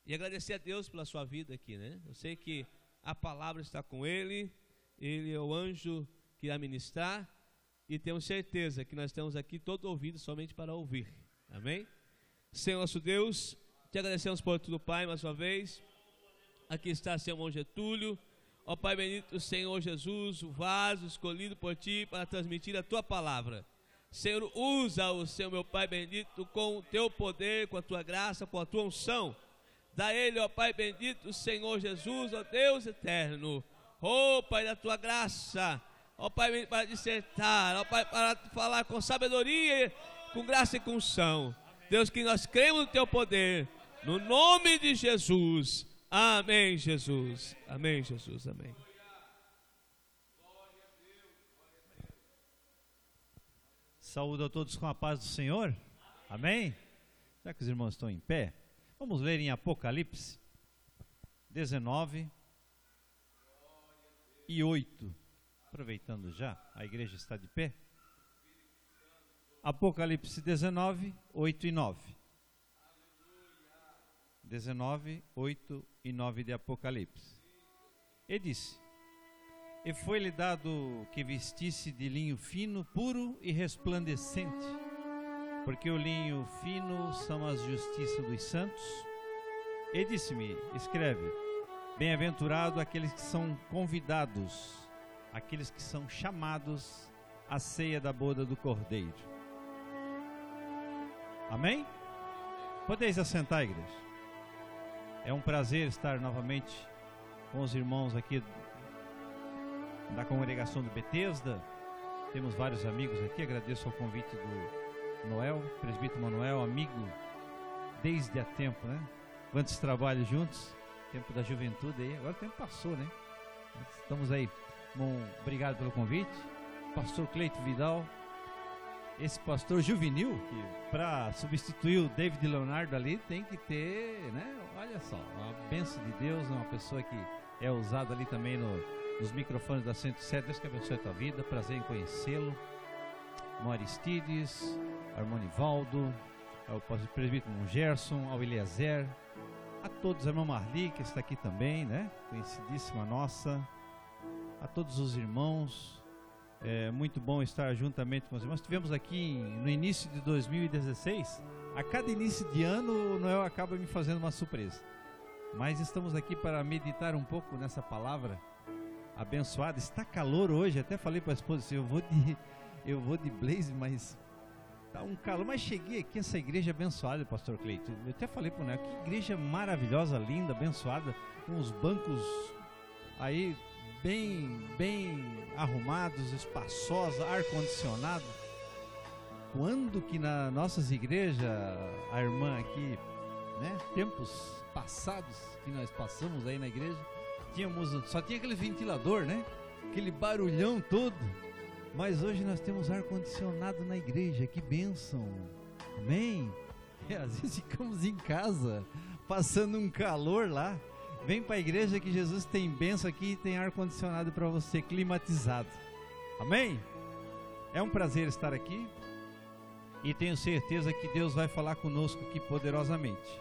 E agradecer a Deus pela sua vida aqui, né? Eu sei que a palavra está com ele é o anjo que irá ministrar, e temos certeza que nós estamos aqui todo ouvido somente para ouvir. Amém? Senhor nosso Deus, te agradecemos por tudo, Pai, mais uma vez. Aqui está Senhor irmão Getúlio, ó Pai bendito, Senhor Jesus, o vaso escolhido por Ti para transmitir a Tua palavra. Senhor, usa-o, Senhor meu Pai bendito, com o Teu poder, com a Tua graça, com a Tua unção. Dá a Ele, ó Pai bendito, Senhor Jesus, ó Deus eterno, ó Pai da Tua graça, ó Pai bendito, para dissertar, ó Pai, para falar com sabedoria, com graça e com unção. Deus, que nós cremos no Teu poder, no nome de Jesus. Amém, Jesus. Amém, Jesus. Amém. Saúdo a todos com a paz do Senhor. Amém? Já que os irmãos estão em pé, vamos ler em Apocalipse 19 e 8. Aproveitando já, a igreja está de pé. Apocalipse 19, 8 e 9. 19, 8 e 9 de Apocalipse. E disse: E foi-lhe dado que vestisse de linho fino, puro e resplandecente, porque o linho fino são as justiças dos santos. E disse-me: Escreve: Bem-aventurado aqueles que são convidados, aqueles que são chamados à ceia da boda do Cordeiro. Amém? Podeis assentar, igreja. É um prazer estar novamente com os irmãos aqui da congregação do Betesda. Temos vários amigos aqui. Agradeço ao convite do Noel, presbítero Manuel, amigo desde há tempo, né? Quantos trabalhos juntos, tempo da juventude aí. Agora o tempo passou, né? Estamos aí. Bom, obrigado pelo convite. Pastor Cleito Vidal, esse pastor juvenil, que para substituir o David Leonardo ali tem que ter, né? Olha só, uma bênção de Deus, uma pessoa que é usada ali também nos microfones da 107. Deus que abençoe a tua vida, prazer em conhecê-lo. No Aristides, Armonivaldo, ao presbítero Gerson, ao Eliezer, a todos, a irmã Marli, que está aqui também, né? Conhecidíssima nossa, a todos os irmãos. É muito bom estar juntamente com os irmãos. Estivemos aqui no início de 2016. A cada início de ano o Noel acaba me fazendo uma surpresa. Mas estamos aqui para meditar um pouco nessa palavra abençoada. Está calor hoje, até falei para a esposa assim, eu vou de blazer, mas tá um calor. Mas cheguei aqui, essa igreja abençoada, pastor Cleito. Eu até falei para o Noel, que igreja maravilhosa, linda, abençoada, com os bancos aí bem arrumados, espaçosa, ar-condicionado. Quando que nas nossas igrejas, a irmã aqui, né, tempos passados que nós passamos aí na igreja, só tinha aquele ventilador, né, aquele barulhão todo, mas hoje nós temos ar-condicionado na igreja, que bênção, amém? E às vezes ficamos em casa, passando um calor lá. Vem para a igreja que Jesus tem bênção aqui e tem ar-condicionado para você, climatizado. Amém? É um prazer estar aqui e tenho certeza que Deus vai falar conosco aqui poderosamente.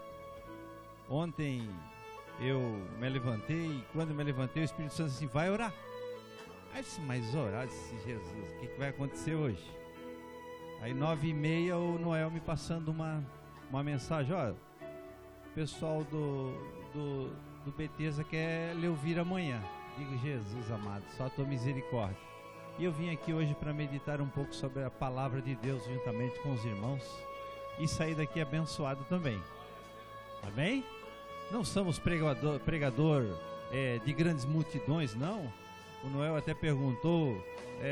Ontem eu me levantei e quando me levantei o Espírito Santo disse assim, vai orar. Aí eu disse, mas orar? Eu disse, Jesus, o que vai acontecer hoje? Aí 9h30 o Noel me passando uma mensagem, ó, o pessoal do Betesda quer lhe ouvir amanhã. Digo, Jesus amado, só a tua misericórdia. E eu vim aqui hoje para meditar um pouco sobre a palavra de Deus juntamente com os irmãos e sair daqui abençoado também. Amém? Não somos pregador de grandes multidões, não. O Noel até perguntou,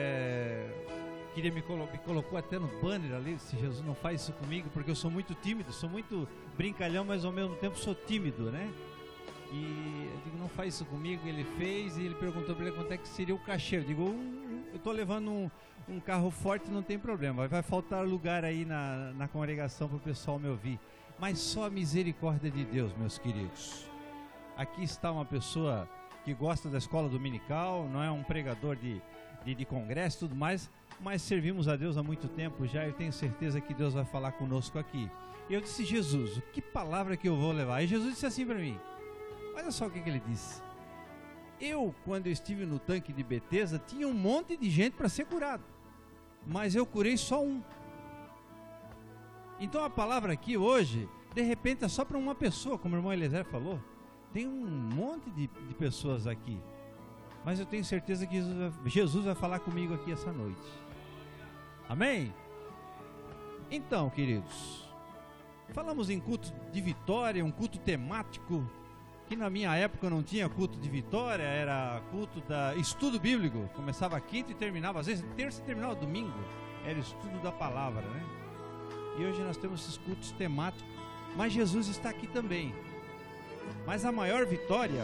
me colocou até no banner ali, disse, Jesus, não faz isso comigo porque eu sou muito tímido, sou muito brincalhão, mas ao mesmo tempo sou tímido, né? E eu digo, não faz isso comigo. Ele fez e ele perguntou para ele quanto é que seria o cachê. Eu digo, eu estou levando um carro forte, não tem problema, vai faltar lugar aí na congregação para o pessoal me ouvir, mas só a misericórdia de Deus, meus queridos. Aqui está uma pessoa que gosta da escola dominical, não é um pregador de congresso e tudo mais, mas servimos a Deus há muito tempo já. Eu tenho certeza que Deus vai falar conosco aqui. E eu disse: Jesus, que palavra que eu vou levar? E Jesus disse assim para mim, olha só o que ele disse: quando eu estive no tanque de Betesda, tinha um monte de gente para ser curado, mas eu curei só um. Então a palavra aqui hoje, de repente, é só para uma pessoa, como o irmão Eliezer falou. Tem um monte de pessoas aqui, mas eu tenho certeza que Jesus vai falar comigo aqui essa noite. Amém? Então, queridos, falamos em culto de vitória, um culto temático, que na minha época não tinha culto de vitória, era culto da estudo bíblico. Começava quinta e terminava, às vezes terça e terminava domingo, era estudo da palavra, né? E hoje nós temos esses cultos temáticos, mas Jesus está aqui também. Mas a maior vitória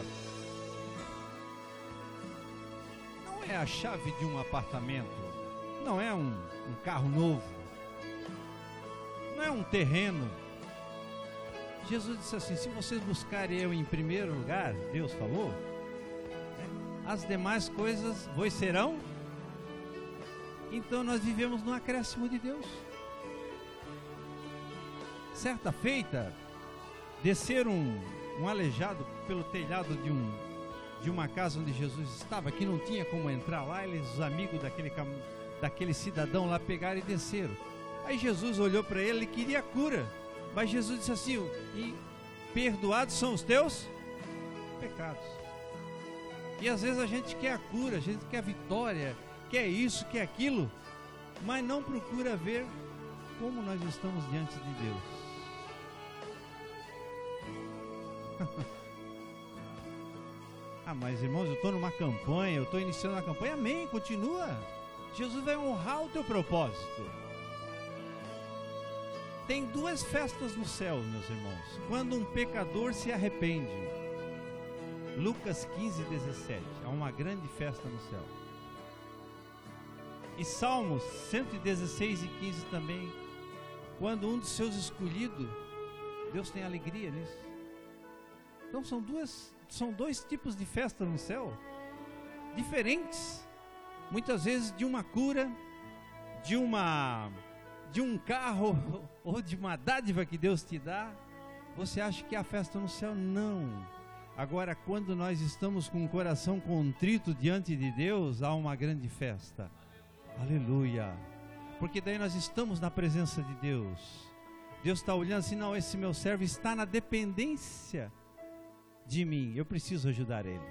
não é a chave de um apartamento, não é um carro novo, não é um terreno. Jesus disse assim: se vocês buscarem eu em primeiro lugar, Deus falou, as demais coisas vos serão. Então nós vivemos no acréscimo de Deus. Certa feita, descer um aleijado pelo telhado de uma casa onde Jesus estava, que não tinha como entrar lá. Os amigos daquele cidadão lá pegaram e desceram. Aí Jesus olhou para ele e queria cura, mas Jesus disse assim: e perdoados são os teus pecados. E às vezes a gente quer a cura, a gente quer a vitória, quer isso, quer aquilo, mas não procura ver como nós estamos diante de Deus. Mas irmãos, eu estou numa campanha, eu estou iniciando uma campanha. Amém, continua. Jesus vai honrar o teu propósito. Tem duas festas no céu, meus irmãos, quando um pecador se arrepende. Lucas 15:17, há uma grande festa no céu. E Salmos 116:15 também, quando um dos seus escolhidos, Deus tem alegria nisso. Então são dois tipos de festa no céu, diferentes, muitas vezes de uma cura, de um carro, ou de uma dádiva que Deus te dá. Você acha que é a festa no céu? Não. Agora, quando nós estamos com o coração contrito diante de Deus, há uma grande festa. Aleluia. Porque daí nós estamos na presença de Deus. Deus está olhando assim: não, esse meu servo está na dependência de mim, eu preciso ajudar ele.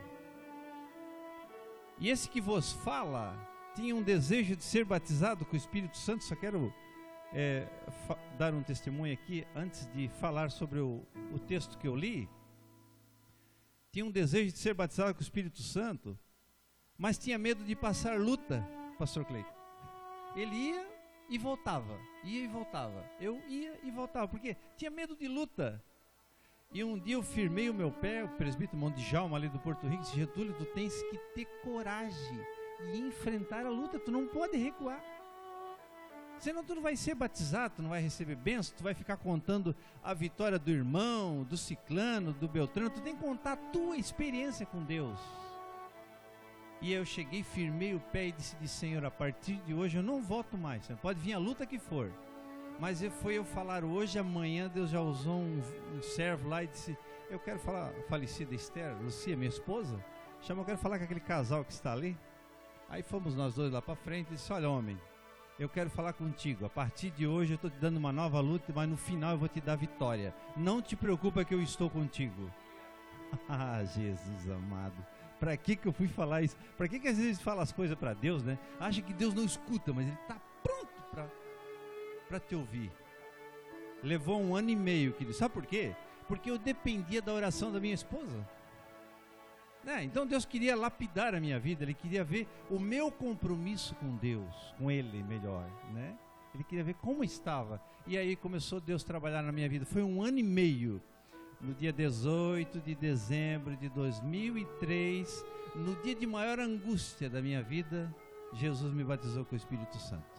E esse que vos fala tinha um desejo de ser batizado com o Espírito Santo. Só quero dar um testemunho aqui, antes de falar sobre o texto que eu li. Tinha um desejo de ser batizado com o Espírito Santo, mas tinha medo de passar luta, pastor Cleiton. Ele ia e voltava, eu ia e voltava, porque tinha medo de luta. E um dia eu firmei o meu pé, o presbítero Monte Djalma ali do Porto Rico, disse: Getúlio, tu tens que ter coragem e enfrentar a luta, tu não pode recuar. Senão tu não vai ser batizado, tu não vai receber bênção, tu vai ficar contando a vitória do irmão, do ciclano, do beltrano. Tu tem que contar a tua experiência com Deus. E eu cheguei, firmei o pé e disse: Senhor, a partir de hoje eu não volto mais, pode vir a luta que for. Mas foi eu falar hoje, amanhã Deus já usou um servo lá e disse: eu quero falar, a falecida Esther, Lucia, minha esposa, eu quero falar com aquele casal que está ali. Aí fomos nós dois lá para frente e disse: olha, homem, eu quero falar contigo, a partir de hoje eu estou te dando uma nova luta, mas no final eu vou te dar vitória, não te preocupa que eu estou contigo. Ah, Jesus amado, para que eu fui falar isso? Para que às vezes fala as coisas para Deus, né? Acha que Deus não escuta, mas Ele está pronto para te ouvir. Levou 1 ano e meio, querido. Sabe por quê? Porque eu dependia da oração da minha esposa. Então Deus queria lapidar a minha vida. Ele queria ver o meu compromisso com Deus, com Ele melhor, né? Ele queria ver como estava. E aí começou Deus a trabalhar na minha vida. Foi 1 ano e meio. No dia 18 de dezembro de 2003, no dia de maior angústia da minha vida, Jesus me batizou com o Espírito Santo.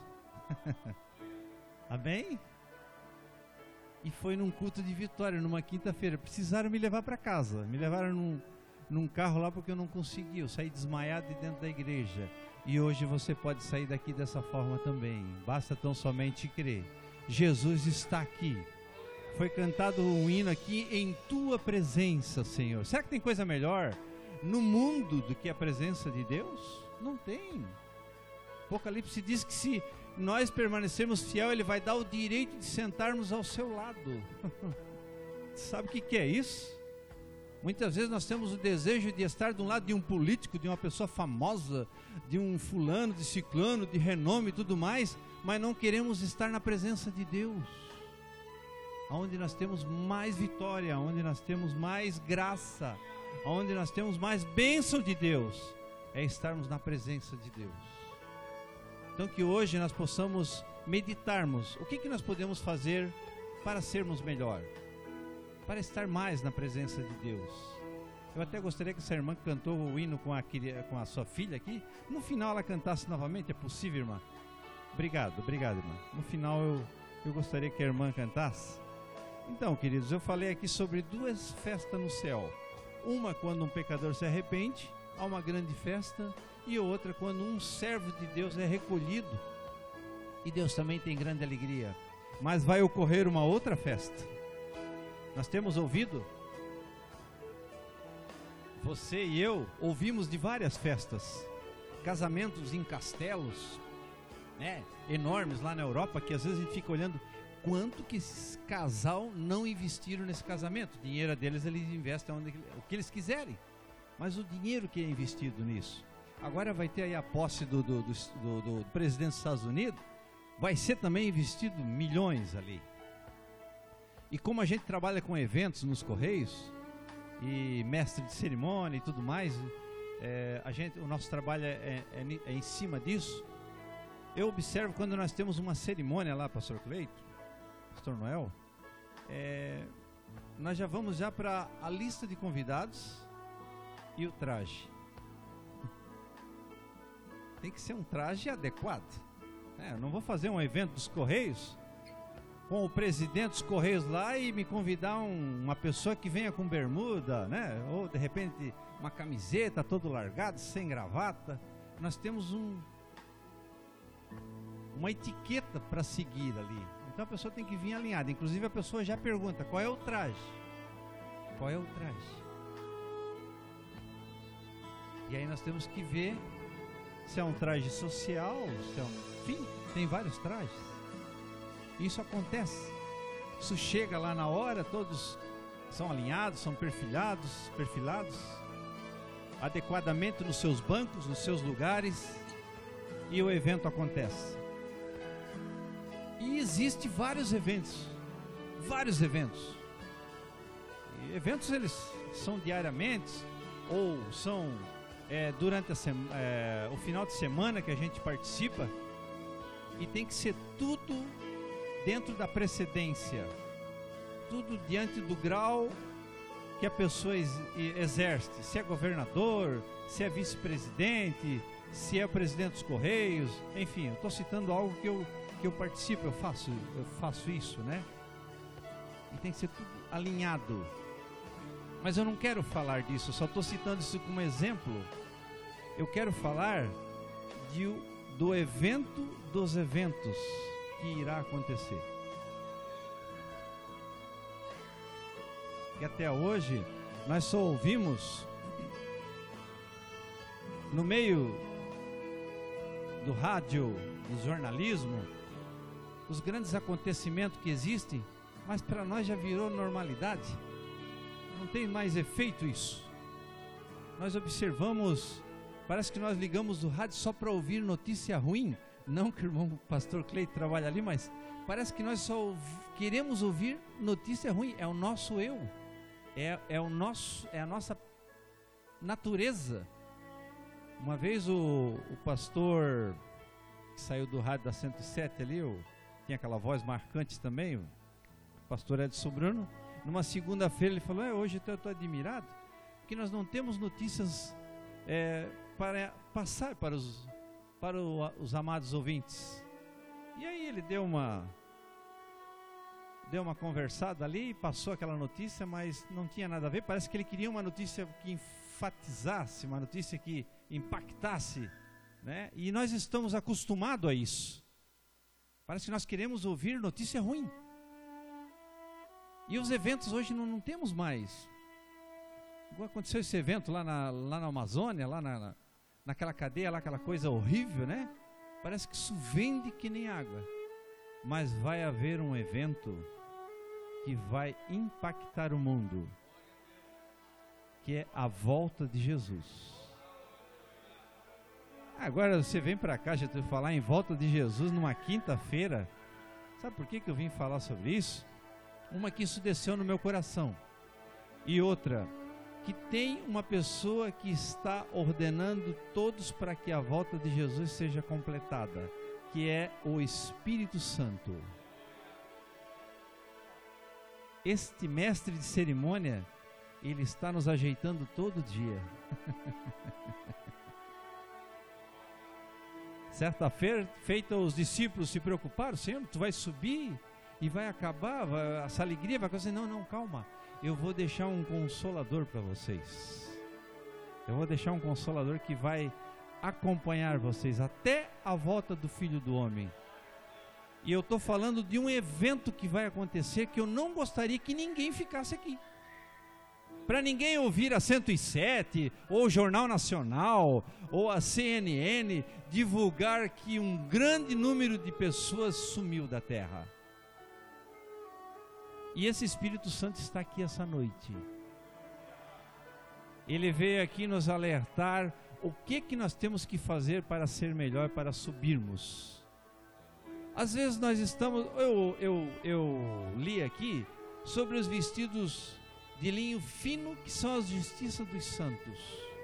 Amém? E foi num culto de vitória, numa quinta-feira. Precisaram me levar para casa. Me levaram num carro lá porque eu não conseguia. Eu saí desmaiado de dentro da igreja. E hoje você pode sair daqui dessa forma também. Basta tão somente crer. Jesus está aqui. foi cantado um hino aqui em tua presença, Senhor. Será que tem coisa melhor no mundo do que a presença de Deus? Não tem. Apocalipse diz que se nós permanecermos fiel, Ele vai dar o direito de sentarmos ao seu lado. Sabe o que é isso? Muitas vezes nós temos o desejo de estar de um lado de um político, de uma pessoa famosa, de um fulano, de ciclano, de renome e tudo mais, mas não queremos estar na presença de Deus, onde nós temos mais vitória, onde nós temos mais graça, onde nós temos mais bênção de Deus, é estarmos na presença de Deus. Então que hoje nós possamos meditarmos, o que nós podemos fazer para sermos melhor, para estar mais na presença de Deus. Eu até gostaria que essa irmã que cantou o hino com a sua filha aqui, no final ela cantasse novamente. É possível, irmã? Obrigado, irmã. No final eu gostaria que a irmã cantasse. Então, queridos, eu falei aqui sobre duas festas no céu. Uma quando um pecador se arrepende, há uma grande festa, e outra quando um servo de Deus é recolhido, e Deus também tem grande alegria. Mas vai ocorrer uma outra festa. Nós temos ouvido, você e eu ouvimos de várias festas, casamentos em castelos, né, enormes lá na Europa, que às vezes a gente fica olhando quanto que esse casal não investiram nesse casamento. O dinheiro deles, eles investem o que eles quiserem, mas o dinheiro que é investido nisso. Agora vai ter aí a posse do presidente dos Estados Unidos, vai ser também investido milhões ali. E como a gente trabalha com eventos nos Correios, e mestre de cerimônia e tudo mais, o nosso trabalho é em cima disso. Eu observo quando nós temos uma cerimônia lá, pastor Cleito, pastor Noel, nós já vamos para a lista de convidados e o traje. Tem que ser um traje adequado. Eu não vou fazer um evento dos Correios com o presidente dos Correios lá e me convidar uma pessoa que venha com bermuda, né? Ou de repente uma camiseta todo largado, sem gravata. Nós temos uma etiqueta para seguir ali. Então a pessoa tem que vir alinhada. Inclusive a pessoa já pergunta: qual é o traje? Qual é o traje? E aí nós temos que ver se é um traje social, enfim, tem vários trajes. Isso acontece. Isso chega lá na hora, todos são alinhados, são perfilados adequadamente nos seus bancos, nos seus lugares, e o evento acontece. E existe vários eventos. E eventos eles são diariamente ou são durante o final de semana que a gente participa, e tem que ser tudo dentro da precedência, tudo diante do grau que a pessoa exerce, se é governador, se é vice-presidente, se é o presidente dos Correios, enfim, eu estou citando algo que eu participo, eu faço isso, né? E tem que ser tudo alinhado. Mas eu não quero falar disso, só estou citando isso como exemplo. Eu quero falar do evento dos eventos que irá acontecer. E até hoje nós só ouvimos no meio do rádio, do jornalismo, os grandes acontecimentos que existem, mas para nós já virou normalidade. Não tem mais efeito isso. Nós observamos, parece que nós ligamos o rádio só para ouvir notícia ruim. Não que o irmão pastor Cleito trabalha ali, mas parece que nós só queremos ouvir notícia ruim. É o nosso eu, é a nossa natureza. Uma vez o pastor que saiu do rádio da 107 ali, tinha aquela voz marcante também, o pastor Edson Bruno, numa segunda-feira ele falou: hoje eu estou admirado, porque nós não temos notícias para passar para os amados ouvintes. E aí ele deu uma conversada ali, passou aquela notícia, mas não tinha nada a ver. Parece que ele queria uma notícia que enfatizasse, uma notícia que impactasse, né? E nós estamos acostumados a isso. Parece que nós queremos ouvir notícia ruim. E os eventos hoje não temos mais. Aconteceu esse evento lá na Amazônia, lá naquela cadeia, lá, aquela coisa horrível, né? Parece que isso vende que nem água. Mas vai haver um evento que vai impactar o mundo, que é a volta de Jesus. Agora você vem para cá, já estou falar em volta de Jesus numa quinta-feira. Sabe por que eu vim falar sobre isso? Uma, que isso desceu no meu coração. E outra, que tem uma pessoa que está ordenando todos para que a volta de Jesus seja completada, que é o Espírito Santo. Este mestre de cerimônia, ele está nos ajeitando todo dia. Certa feita, os discípulos se preocuparam: Senhor, tu vai subir e vai acabar, essa alegria vai acontecer. Não, calma, eu vou deixar um consolador para vocês. Eu vou deixar um consolador que vai acompanhar vocês até a volta do Filho do Homem. E eu estou falando de um evento que vai acontecer, que eu não gostaria que ninguém ficasse aqui. Para ninguém ouvir a 107, ou o Jornal Nacional, ou a CNN, divulgar que um grande número de pessoas sumiu da terra. E esse Espírito Santo está aqui essa noite. Ele veio aqui nos alertar o que nós temos que fazer para ser melhor, para subirmos. Às vezes nós estamos, eu li aqui sobre os vestidos de linho fino, que são as justiças dos santos.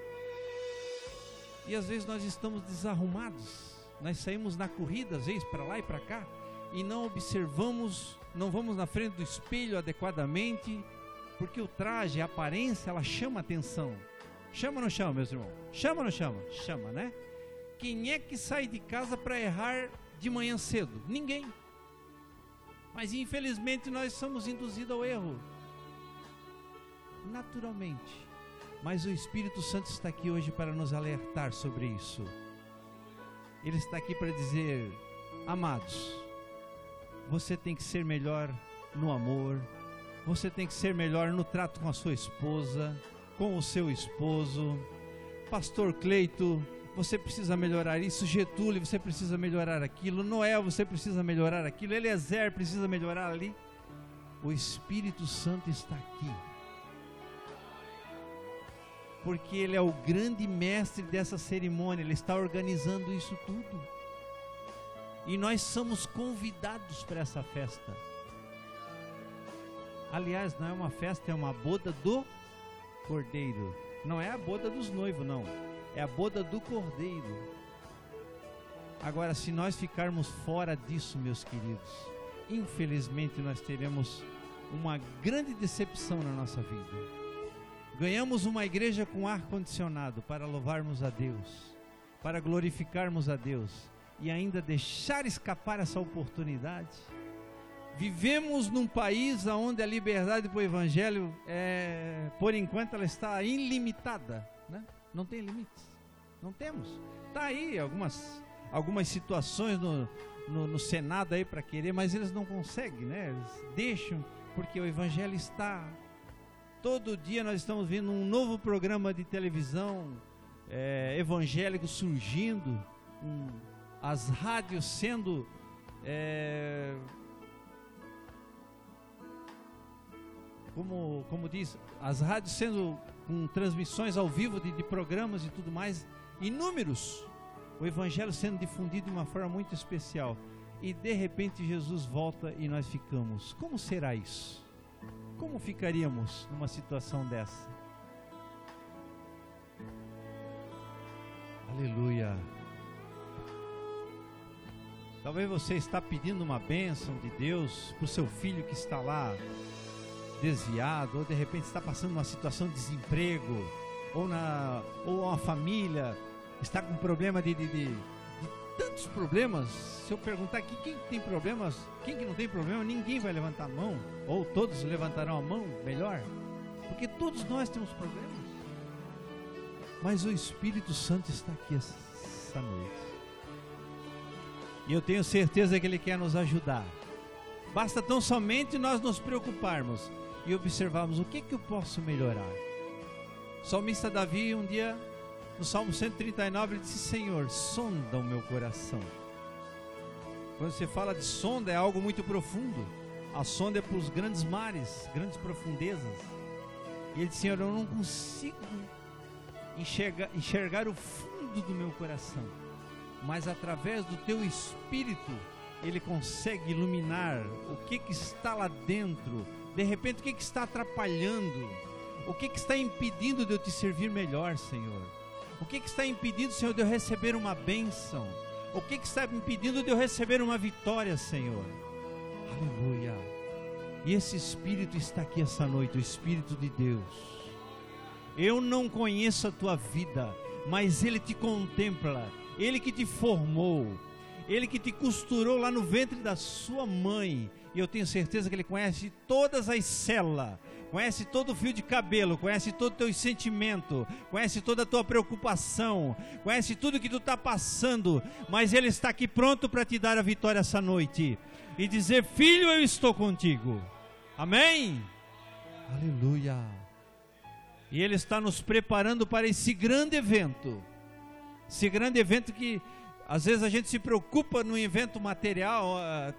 E às vezes nós estamos desarrumados, nós saímos na corrida, às vezes para lá e para cá, e não observamos, não vamos na frente do espelho adequadamente, porque o traje, a aparência, ela chama atenção. Chama ou não chama, meus irmãos? Chama ou não chama? Chama, né? Quem é que sai de casa para errar de manhã cedo? Ninguém. Mas infelizmente nós somos induzidos ao erro, naturalmente. Mas o Espírito Santo está aqui hoje para nos alertar sobre isso. Ele está aqui para dizer: amados, você tem que ser melhor no amor, você tem que ser melhor no trato com a sua esposa, com o seu esposo. Pastor Cleito, você precisa melhorar isso. Getúlio, você precisa melhorar aquilo. Noel, você precisa melhorar aquilo. Eliezer precisa melhorar ali. O Espírito Santo está aqui, porque Ele é o grande mestre dessa cerimônia. Ele está organizando isso tudo, e nós somos convidados para essa festa. Aliás, não é uma festa, é uma boda do Cordeiro. Não é a boda dos noivos, não, é a boda do Cordeiro. Agora, se nós ficarmos fora disso, meus queridos, infelizmente nós teremos uma grande decepção na nossa vida. Ganhamos uma igreja com ar-condicionado para louvarmos a Deus, para glorificarmos a Deus, e ainda deixar escapar essa oportunidade. Vivemos num país onde a liberdade para o Evangelho, por enquanto, ela está ilimitada, né? Não tem limites, não temos. Está aí algumas situações no Senado aí para querer, mas eles não conseguem, né? Eles deixam, porque o Evangelho está... Todo dia nós estamos vendo um novo programa de televisão evangélico surgindo, as rádios sendo como diz, as rádios sendo com transmissões ao vivo de programas e tudo mais, inúmeros, o Evangelho sendo difundido de uma forma muito especial, e de repente Jesus volta e nós ficamos. Como será isso? Como ficaríamos numa situação dessa? Aleluia. Talvez você está pedindo uma bênção de Deus para o seu filho que está lá desviado, ou de repente está passando uma situação de desemprego, ou uma família está com problema de tantos problemas. Se eu perguntar aqui quem tem problemas, quem que não tem problema, ninguém vai levantar a mão, ou todos levantarão a mão, melhor, porque todos nós temos problemas. Mas o Espírito Santo está aqui essa noite, e eu tenho certeza que Ele quer nos ajudar. Basta tão somente nós nos preocuparmos e observarmos o que eu posso melhorar. O salmista Davi, um dia, no Salmo 139, ele disse: Senhor, sonda o meu coração. Quando você fala de sonda, é algo muito profundo. A sonda é para os grandes mares, grandes profundezas. E ele disse: Senhor, eu não consigo enxergar o fundo do meu coração, mas através do teu Espírito, ele consegue iluminar o que está lá dentro. De repente, o que está atrapalhando? O que está impedindo de eu te servir melhor, Senhor? O que está impedindo, Senhor, de eu receber uma bênção? O que está impedindo de eu receber uma vitória, Senhor? Aleluia! E esse Espírito está aqui essa noite, o Espírito de Deus. Eu não conheço a tua vida, mas Ele te contempla, Ele que te formou, Ele que te costurou lá no ventre da sua mãe, e eu tenho certeza que Ele conhece todas as células, conhece todo o fio de cabelo, conhece todo o teu sentimento, conhece toda a tua preocupação, conhece tudo que tu está passando, mas Ele está aqui pronto para te dar a vitória essa noite, e dizer: filho, eu estou contigo. Amém? Aleluia! E Ele está nos preparando para esse grande evento que às vezes a gente se preocupa no evento material,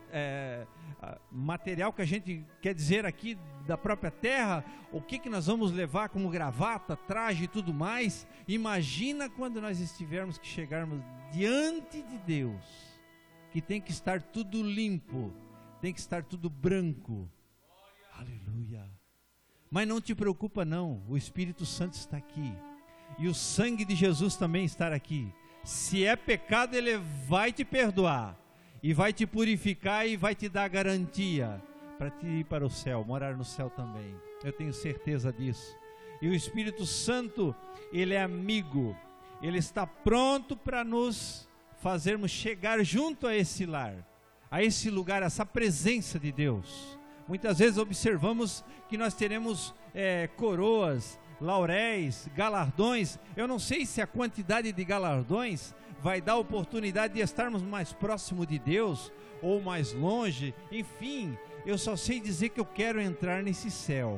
material que a gente quer dizer aqui da própria terra, o que nós vamos levar como gravata, traje e tudo mais. Imagina quando nós estivermos que chegarmos diante de Deus, que tem que estar tudo limpo, tem que estar tudo branco. Aleluia! Mas não te preocupa não, o Espírito Santo está aqui, e o sangue de Jesus também está aqui. Se é pecado, Ele vai te perdoar, e vai te purificar, e vai te dar garantia, para te ir para o céu, morar no céu também. Eu tenho certeza disso. E o Espírito Santo, Ele é amigo, Ele está pronto para nos fazermos chegar junto a esse lar, a esse lugar, essa presença de Deus. Muitas vezes observamos que nós teremos coroas, lauréis, galardões. Eu não sei se a quantidade de galardões vai dar oportunidade de estarmos mais próximo de Deus ou mais longe. Enfim, eu só sei dizer que eu quero entrar nesse céu.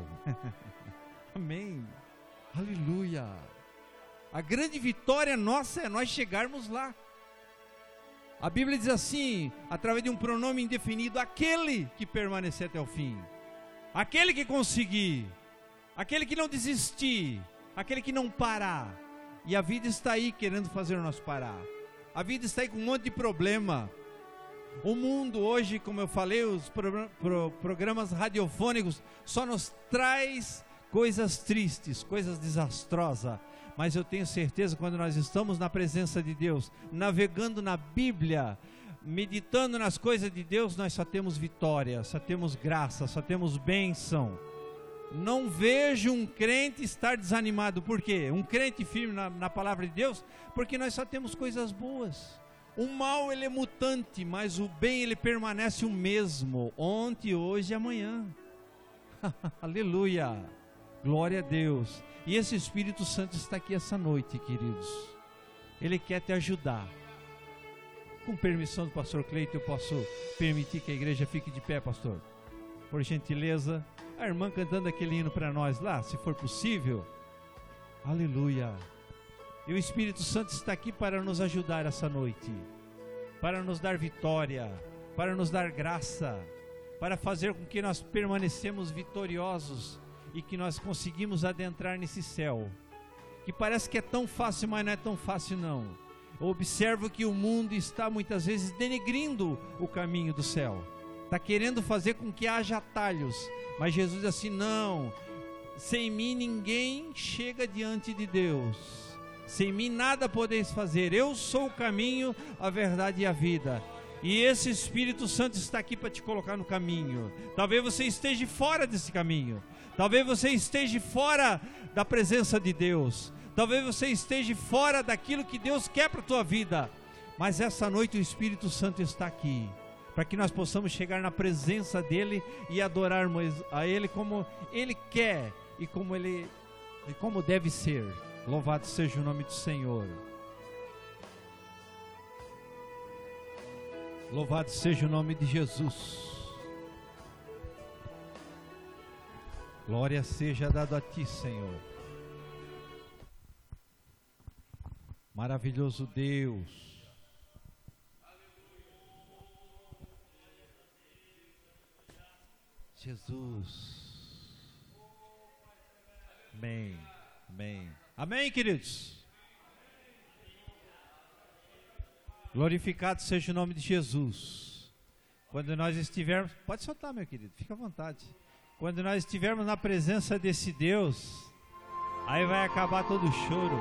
Amém. Aleluia. A grande vitória nossa é nós chegarmos lá. A Bíblia diz assim, através de um pronome indefinido: aquele que permanecer até o fim, aquele que conseguir, aquele que não desistir, aquele que não parar. E a vida está aí querendo fazer nós parar. A vida está aí com um monte de problema. O mundo hoje, como eu falei, os programas radiofônicos só nos traz coisas tristes, coisas desastrosas. Mas eu tenho certeza, quando nós estamos na presença de Deus, navegando na Bíblia, meditando nas coisas de Deus, nós só temos vitória, só temos graça, só temos bênção. Não vejo um crente estar desanimado. Por quê? Um crente firme na palavra de Deus, porque nós só temos coisas boas. O mal, ele é mutante, mas o bem, ele permanece o mesmo, ontem, hoje e amanhã. Aleluia, glória a Deus. E esse Espírito Santo está aqui essa noite, queridos. Ele quer te ajudar. Com permissão do pastor Cleito, eu posso permitir que a igreja fique de pé, pastor? Por gentileza, a irmã cantando aquele hino para nós lá, se for possível. Aleluia. E o Espírito Santo está aqui para nos ajudar essa noite, para nos dar vitória, para nos dar graça, para fazer com que nós permanecemos vitoriosos e que nós conseguimos adentrar nesse céu, que parece que é tão fácil, mas não é tão fácil não. Eu observo que o mundo está muitas vezes denegrindo o caminho do céu, está querendo fazer com que haja atalhos, mas Jesus diz assim: não, sem mim ninguém chega diante de Deus, sem mim nada podeis fazer, eu sou o caminho, a verdade e a vida. E esse Espírito Santo está aqui para te colocar no caminho. Talvez você esteja fora desse caminho, talvez você esteja fora da presença de Deus, talvez você esteja fora daquilo que Deus quer para a tua vida, mas essa noite o Espírito Santo está aqui, para que nós possamos chegar na presença dEle e adorarmos a Ele como Ele quer e como deve ser. Louvado seja o nome do Senhor. Louvado seja o nome de Jesus. Glória seja dada a Ti, Senhor. Maravilhoso Deus. Jesus. Amém. Amém. Amém, queridos. Glorificado seja o nome de Jesus. Quando nós estivermos, pode soltar, meu querido, fica à vontade. Quando nós estivermos na presença desse Deus, aí vai acabar todo o choro.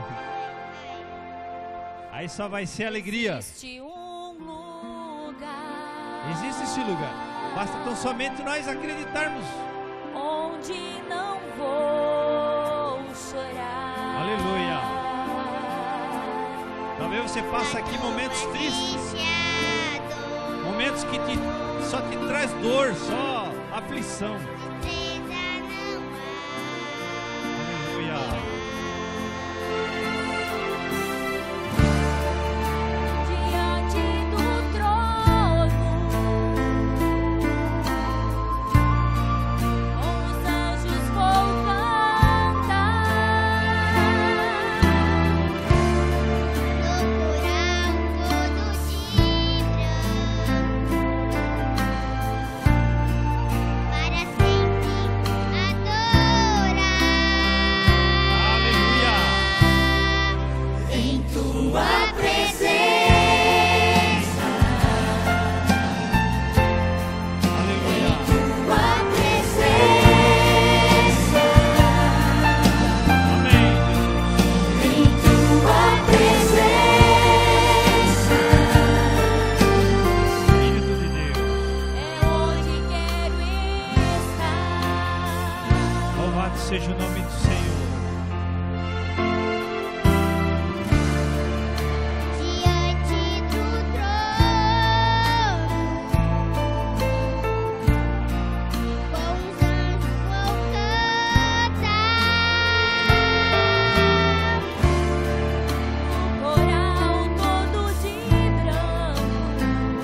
Aí só vai ser alegria. Existe um lugar. Existe esse lugar. Basta tão somente nós acreditarmos. Onde não vou chorar. Aleluia. Talvez você passe aqui momentos tristes. Momentos que só te traz dor, só aflição. Aleluia. Seja o nome do Senhor. Diante do trono, com os anjos vou cantar. O coral todo de branco,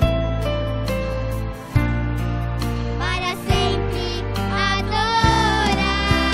Para sempre adorar.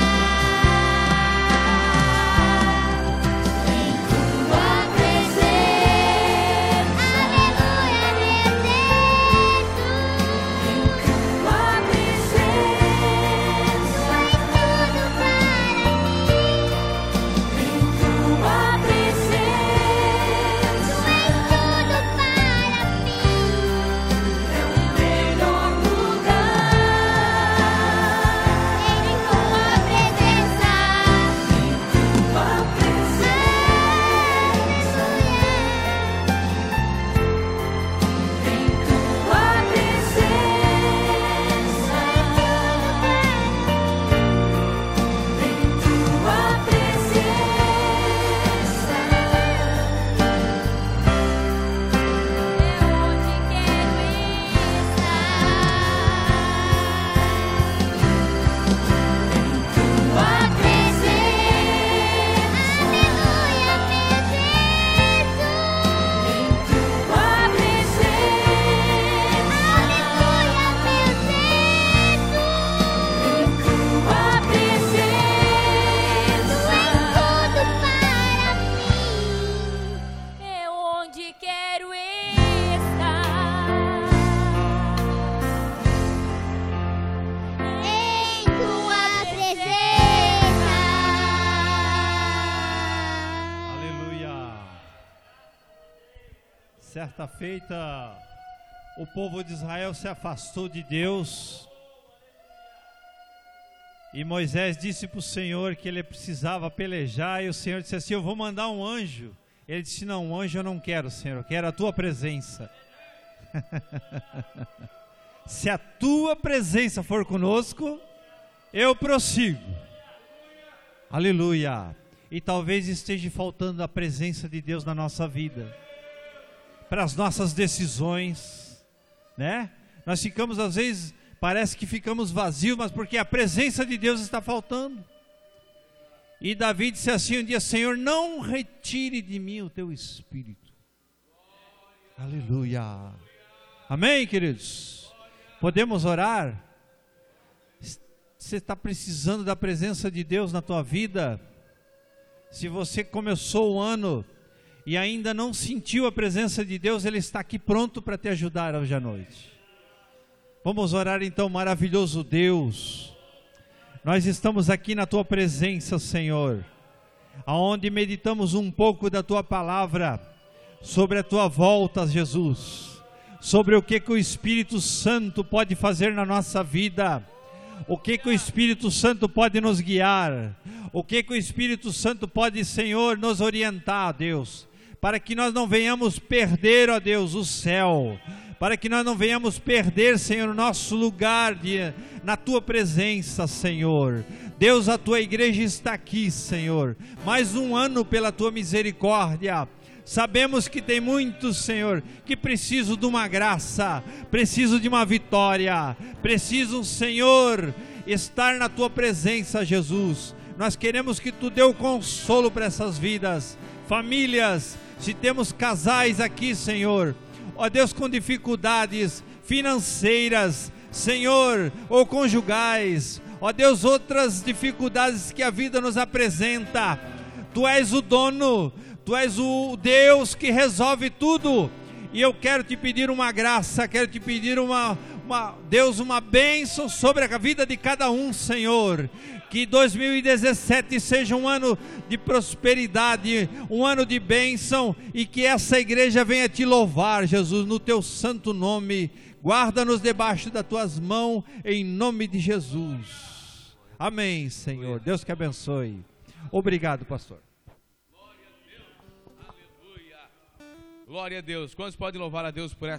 Certa feita, o povo de Israel se afastou de Deus e Moisés disse para o Senhor que ele precisava pelejar e o Senhor disse assim: eu vou mandar um anjo. Ele disse: não, um anjo eu não quero, Senhor, eu quero a tua presença. Se a tua presença for conosco, eu prossigo. Aleluia. E talvez esteja faltando a presença de Deus na nossa vida, para as nossas decisões, né? Nós ficamos, às vezes, parece que ficamos vazios, mas porque a presença de Deus está faltando. E Davi disse assim um dia: Senhor, não retire de mim o teu Espírito. Aleluia. Amém, queridos? Podemos orar? você está precisando da presença de Deus na tua vida, se você começou o ano e ainda não sentiu a presença de Deus, Ele está aqui pronto para te ajudar hoje à noite. Vamos orar então, maravilhoso Deus. Nós estamos aqui na tua presença, Senhor, aonde meditamos um pouco da tua palavra, sobre a tua volta, Jesus, sobre o que o Espírito Santo pode fazer na nossa vida, o que o Espírito Santo pode nos guiar, o que o Espírito Santo pode, Senhor, nos orientar, Deus, para que nós não venhamos perder, ó Deus, o céu, para que nós não venhamos perder, Senhor, o nosso lugar na tua presença, Senhor. Deus, a tua igreja está aqui, Senhor, mais um ano pela tua misericórdia. Sabemos que tem muitos, Senhor, que precisam de uma graça, precisam de uma vitória, precisam, Senhor, estar na tua presença, Jesus. Nós queremos que tu dê o consolo para essas vidas, famílias, se temos casais aqui, Senhor, ó Deus, com dificuldades financeiras, Senhor, ou conjugais, ó Deus, outras dificuldades que a vida nos apresenta. Tu és o dono, tu és o Deus que resolve tudo, e eu quero te pedir uma graça, quero te pedir Deus, uma bênção sobre a vida de cada um, Senhor. Que 2017 seja um ano de prosperidade, um ano de bênção, e que essa igreja venha te louvar, Jesus, no teu santo nome. Guarda-nos debaixo das tuas mãos, em nome de Jesus. Amém, Senhor. Deus que abençoe. Obrigado, pastor. Glória a Deus. Quantos podem louvar a Deus por essa